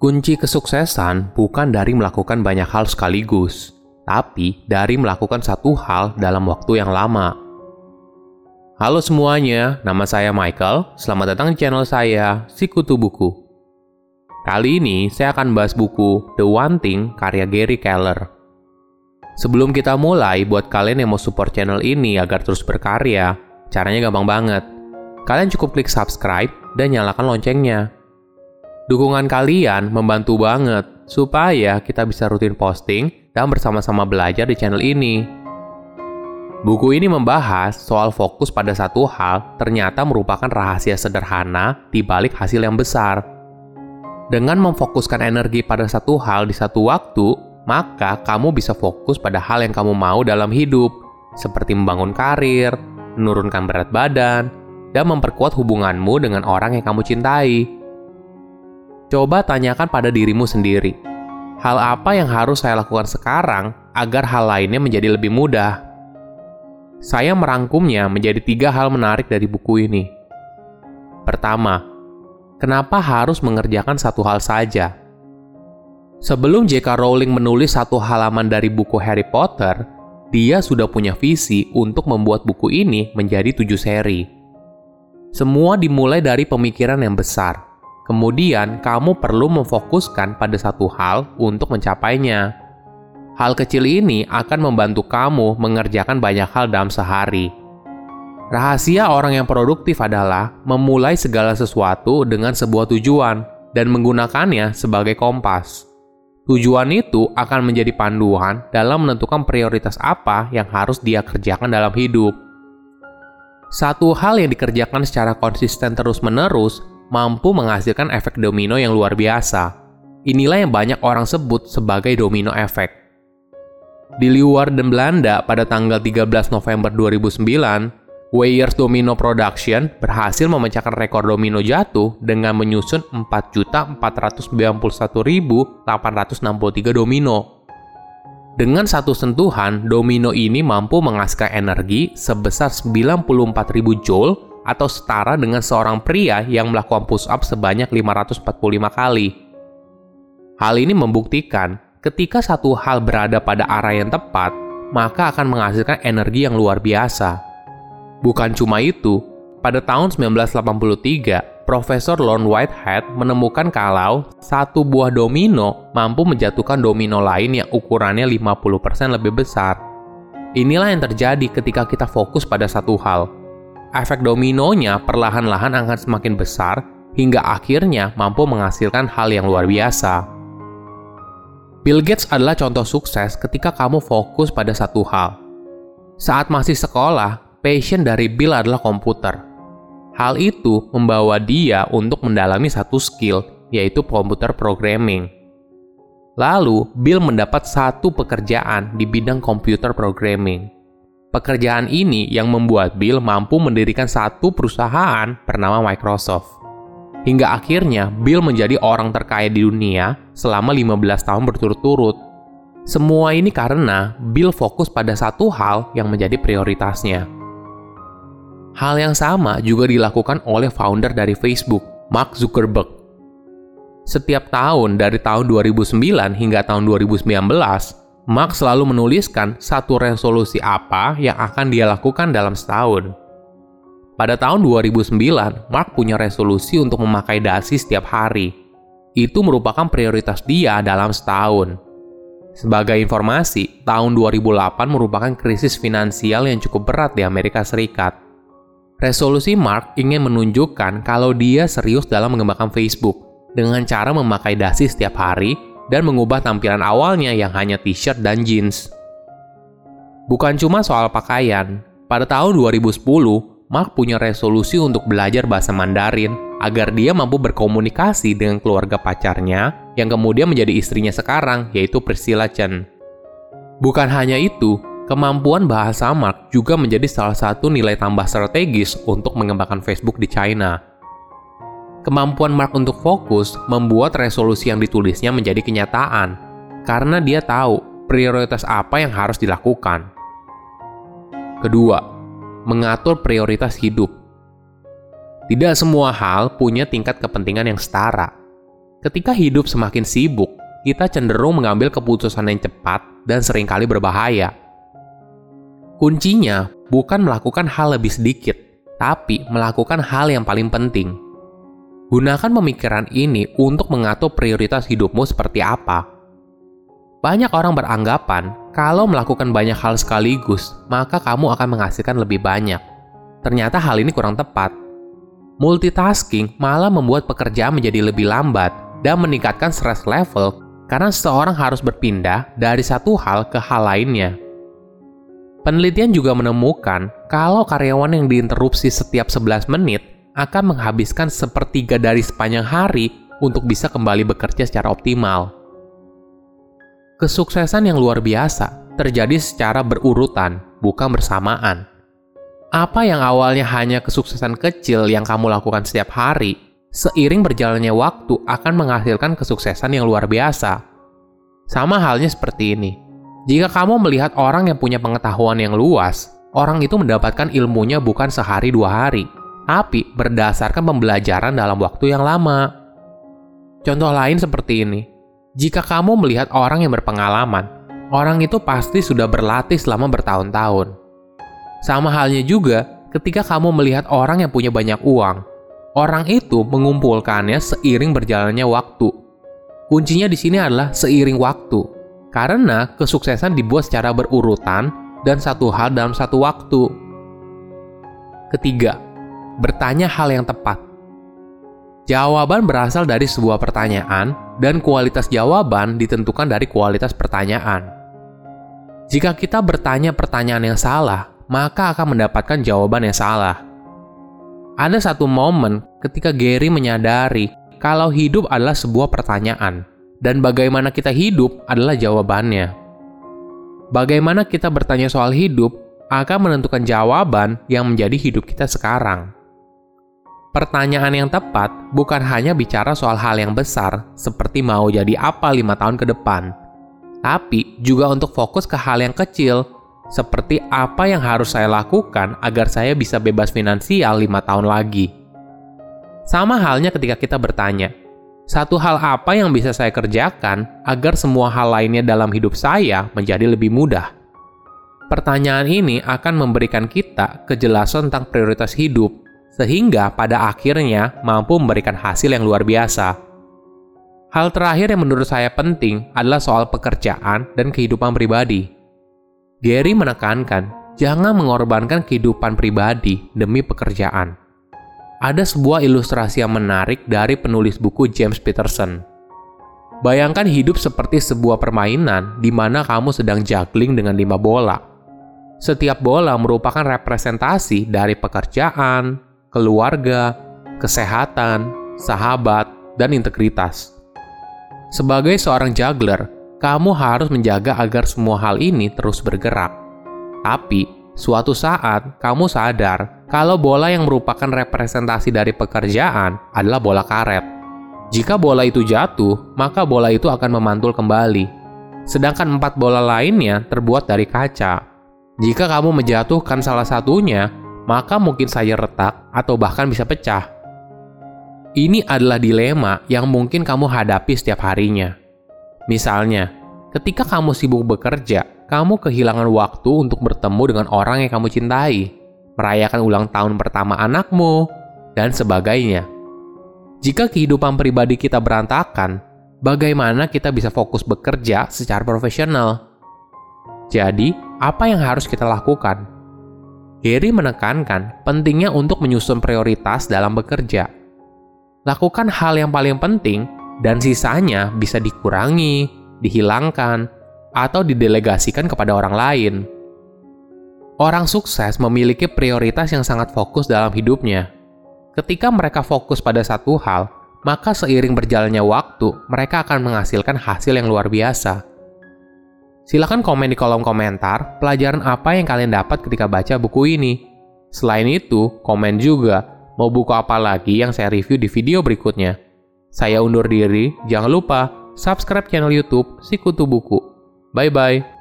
Kunci kesuksesan bukan dari melakukan banyak hal sekaligus, tapi dari melakukan satu hal dalam waktu yang lama. Halo semuanya, nama saya Michael. Selamat datang di channel saya, Sikutu Buku. Kali ini saya akan bahas buku The One Thing karya Gary Keller. Sebelum kita mulai, buat kalian yang mau support channel ini agar terus berkarya, caranya gampang banget. Kalian cukup klik subscribe dan nyalakan loncengnya. Dukungan kalian membantu banget supaya kita bisa rutin posting dan bersama-sama belajar di channel ini. Buku ini membahas soal fokus pada satu hal ternyata merupakan rahasia sederhana di balik hasil yang besar. Dengan memfokuskan energi pada satu hal di satu waktu, maka kamu bisa fokus pada hal yang kamu mau dalam hidup, seperti membangun karir, menurunkan berat badan, dan memperkuat hubunganmu dengan orang yang kamu cintai. Coba tanyakan pada dirimu sendiri, hal apa yang harus saya lakukan sekarang agar hal lainnya menjadi lebih mudah? Saya merangkumnya menjadi 3 hal menarik dari buku ini. Pertama, kenapa harus mengerjakan satu hal saja? Sebelum J.K. Rowling menulis 1 halaman dari buku Harry Potter, dia sudah punya visi untuk membuat buku ini menjadi 7 seri. Semua dimulai dari pemikiran yang besar. Kemudian, kamu perlu memfokuskan pada satu hal untuk mencapainya. Hal kecil ini akan membantu kamu mengerjakan banyak hal dalam sehari. Rahasia orang yang produktif adalah memulai segala sesuatu dengan sebuah tujuan dan menggunakannya sebagai kompas. Tujuan itu akan menjadi panduan dalam menentukan prioritas apa yang harus dia kerjakan dalam hidup. Satu hal yang dikerjakan secara konsisten terus-menerus mampu menghasilkan efek domino yang luar biasa. Inilah yang banyak orang sebut sebagai domino effect. Di Leeuwarden, Belanda pada tanggal 13 November 2009, Weyers Domino Production berhasil memecahkan rekor domino jatuh dengan menyusun 4.491.863 domino. Dengan satu sentuhan, domino ini mampu menghasilkan energi sebesar 94.000 joule atau setara dengan seorang pria yang melakukan push-up sebanyak 545 kali. Hal ini membuktikan, ketika satu hal berada pada arah yang tepat, maka akan menghasilkan energi yang luar biasa. Bukan cuma itu, pada tahun 1983, Profesor Lon Whitehead menemukan kalau satu buah domino mampu menjatuhkan domino lain yang ukurannya 50% lebih besar. Inilah yang terjadi ketika kita fokus pada satu hal. Efek dominonya perlahan-lahan akan semakin besar hingga akhirnya mampu menghasilkan hal yang luar biasa. Bill Gates adalah contoh sukses ketika kamu fokus pada satu hal. Saat masih sekolah, passion dari Bill adalah komputer. Hal itu membawa dia untuk mendalami satu skill, yaitu komputer programming. Lalu, Bill mendapat satu pekerjaan di bidang komputer programming. Pekerjaan ini yang membuat Bill mampu mendirikan satu perusahaan bernama Microsoft. Hingga akhirnya Bill menjadi orang terkaya di dunia selama 15 tahun berturut-turut. Semua ini karena Bill fokus pada satu hal yang menjadi prioritasnya. Hal yang sama juga dilakukan oleh founder dari Facebook, Mark Zuckerberg. Setiap tahun dari tahun 2009 hingga tahun 2019, Mark selalu menuliskan satu resolusi apa yang akan dia lakukan dalam setahun. Pada tahun 2009, Mark punya resolusi untuk memakai dasi setiap hari. Itu merupakan prioritas dia dalam setahun. Sebagai informasi, tahun 2008 merupakan krisis finansial yang cukup berat di Amerika Serikat. Resolusi Mark ingin menunjukkan kalau dia serius dalam mengembangkan Facebook dengan cara memakai dasi setiap hari dan mengubah tampilan awalnya yang hanya t-shirt dan jeans. Bukan cuma soal pakaian, pada tahun 2010, Mark punya resolusi untuk belajar bahasa Mandarin agar dia mampu berkomunikasi dengan keluarga pacarnya yang kemudian menjadi istrinya sekarang, yaitu Priscilla Chen. Bukan hanya itu, kemampuan bahasa Mark juga menjadi salah satu nilai tambah strategis untuk mengembangkan Facebook di China. Kemampuan Mark untuk fokus membuat resolusi yang ditulisnya menjadi kenyataan, karena dia tahu prioritas apa yang harus dilakukan. Kedua, mengatur prioritas hidup. Tidak semua hal punya tingkat kepentingan yang setara. Ketika hidup semakin sibuk, kita cenderung mengambil keputusan yang cepat dan seringkali berbahaya. Kuncinya bukan melakukan hal lebih sedikit, tapi melakukan hal yang paling penting. Gunakan pemikiran ini untuk mengatur prioritas hidupmu seperti apa. Banyak orang beranggapan kalau melakukan banyak hal sekaligus, maka kamu akan menghasilkan lebih banyak. Ternyata hal ini kurang tepat. Multitasking malah membuat pekerjaan menjadi lebih lambat dan meningkatkan stress level karena seseorang harus berpindah dari satu hal ke hal lainnya. Penelitian juga menemukan kalau karyawan yang diinterupsi setiap 11 menit akan menghabiskan sepertiga dari sepanjang hari untuk bisa kembali bekerja secara optimal. Kesuksesan yang luar biasa terjadi secara berurutan, bukan bersamaan. Apa yang awalnya hanya kesuksesan kecil yang kamu lakukan setiap hari, seiring berjalannya waktu akan menghasilkan kesuksesan yang luar biasa. Sama halnya seperti ini. Jika kamu melihat orang yang punya pengetahuan yang luas, orang itu mendapatkan ilmunya bukan sehari 2 hari, tapi berdasarkan pembelajaran dalam waktu yang lama. Contoh lain seperti ini. Jika kamu melihat orang yang berpengalaman, orang itu pasti sudah berlatih selama bertahun-tahun. Sama halnya juga ketika kamu melihat orang yang punya banyak uang. Orang itu mengumpulkannya seiring berjalannya waktu. Kuncinya di sini adalah seiring waktu. Karena kesuksesan dibuat secara berurutan dan satu hal dalam satu waktu. Ketiga, bertanya hal yang tepat. Jawaban berasal dari sebuah pertanyaan dan kualitas jawaban ditentukan dari kualitas pertanyaan. Jika kita bertanya pertanyaan yang salah, maka akan mendapatkan jawaban yang salah. Ada satu momen ketika Gary menyadari kalau hidup adalah sebuah pertanyaan, dan bagaimana kita hidup adalah jawabannya. Bagaimana kita bertanya soal hidup akan menentukan jawaban yang menjadi hidup kita sekarang. Pertanyaan yang tepat bukan hanya bicara soal hal yang besar, seperti mau jadi apa 5 tahun ke depan, tapi juga untuk fokus ke hal yang kecil, seperti apa yang harus saya lakukan agar saya bisa bebas finansial 5 tahun lagi. Sama halnya ketika kita bertanya, satu hal apa yang bisa saya kerjakan agar semua hal lainnya dalam hidup saya menjadi lebih mudah? Pertanyaan ini akan memberikan kita kejelasan tentang prioritas hidup, sehingga pada akhirnya mampu memberikan hasil yang luar biasa. Hal terakhir yang menurut saya penting adalah soal pekerjaan dan kehidupan pribadi. Gary menekankan, jangan mengorbankan kehidupan pribadi demi pekerjaan. Ada sebuah ilustrasi yang menarik dari penulis buku James Patterson. Bayangkan hidup seperti sebuah permainan di mana kamu sedang juggling dengan 5 bola. Setiap bola merupakan representasi dari pekerjaan, keluarga, kesehatan, sahabat, dan integritas. Sebagai seorang juggler, kamu harus menjaga agar semua hal ini terus bergerak. Tapi, suatu saat kamu sadar kalau bola yang merupakan representasi dari pekerjaan adalah bola karet. Jika bola itu jatuh, maka bola itu akan memantul kembali. Sedangkan 4 bola lainnya terbuat dari kaca. Jika kamu menjatuhkan salah satunya, maka mungkin saja retak atau bahkan bisa pecah. Ini adalah dilema yang mungkin kamu hadapi setiap harinya. Misalnya, ketika kamu sibuk bekerja, kamu kehilangan waktu untuk bertemu dengan orang yang kamu cintai, merayakan ulang tahun pertama anakmu, dan sebagainya. Jika kehidupan pribadi kita berantakan, bagaimana kita bisa fokus bekerja secara profesional? Jadi, apa yang harus kita lakukan? Gary menekankan pentingnya untuk menyusun prioritas dalam bekerja. Lakukan hal yang paling penting, dan sisanya bisa dikurangi, dihilangkan, atau didelegasikan kepada orang lain. Orang sukses memiliki prioritas yang sangat fokus dalam hidupnya. Ketika mereka fokus pada satu hal, maka seiring berjalannya waktu, mereka akan menghasilkan hasil yang luar biasa. Silakan komen di kolom komentar pelajaran apa yang kalian dapat ketika baca buku ini. Selain itu, komen juga mau buku apa lagi yang saya review di video berikutnya. Saya undur diri, jangan lupa subscribe channel YouTube Sikutu Buku. Bye-bye.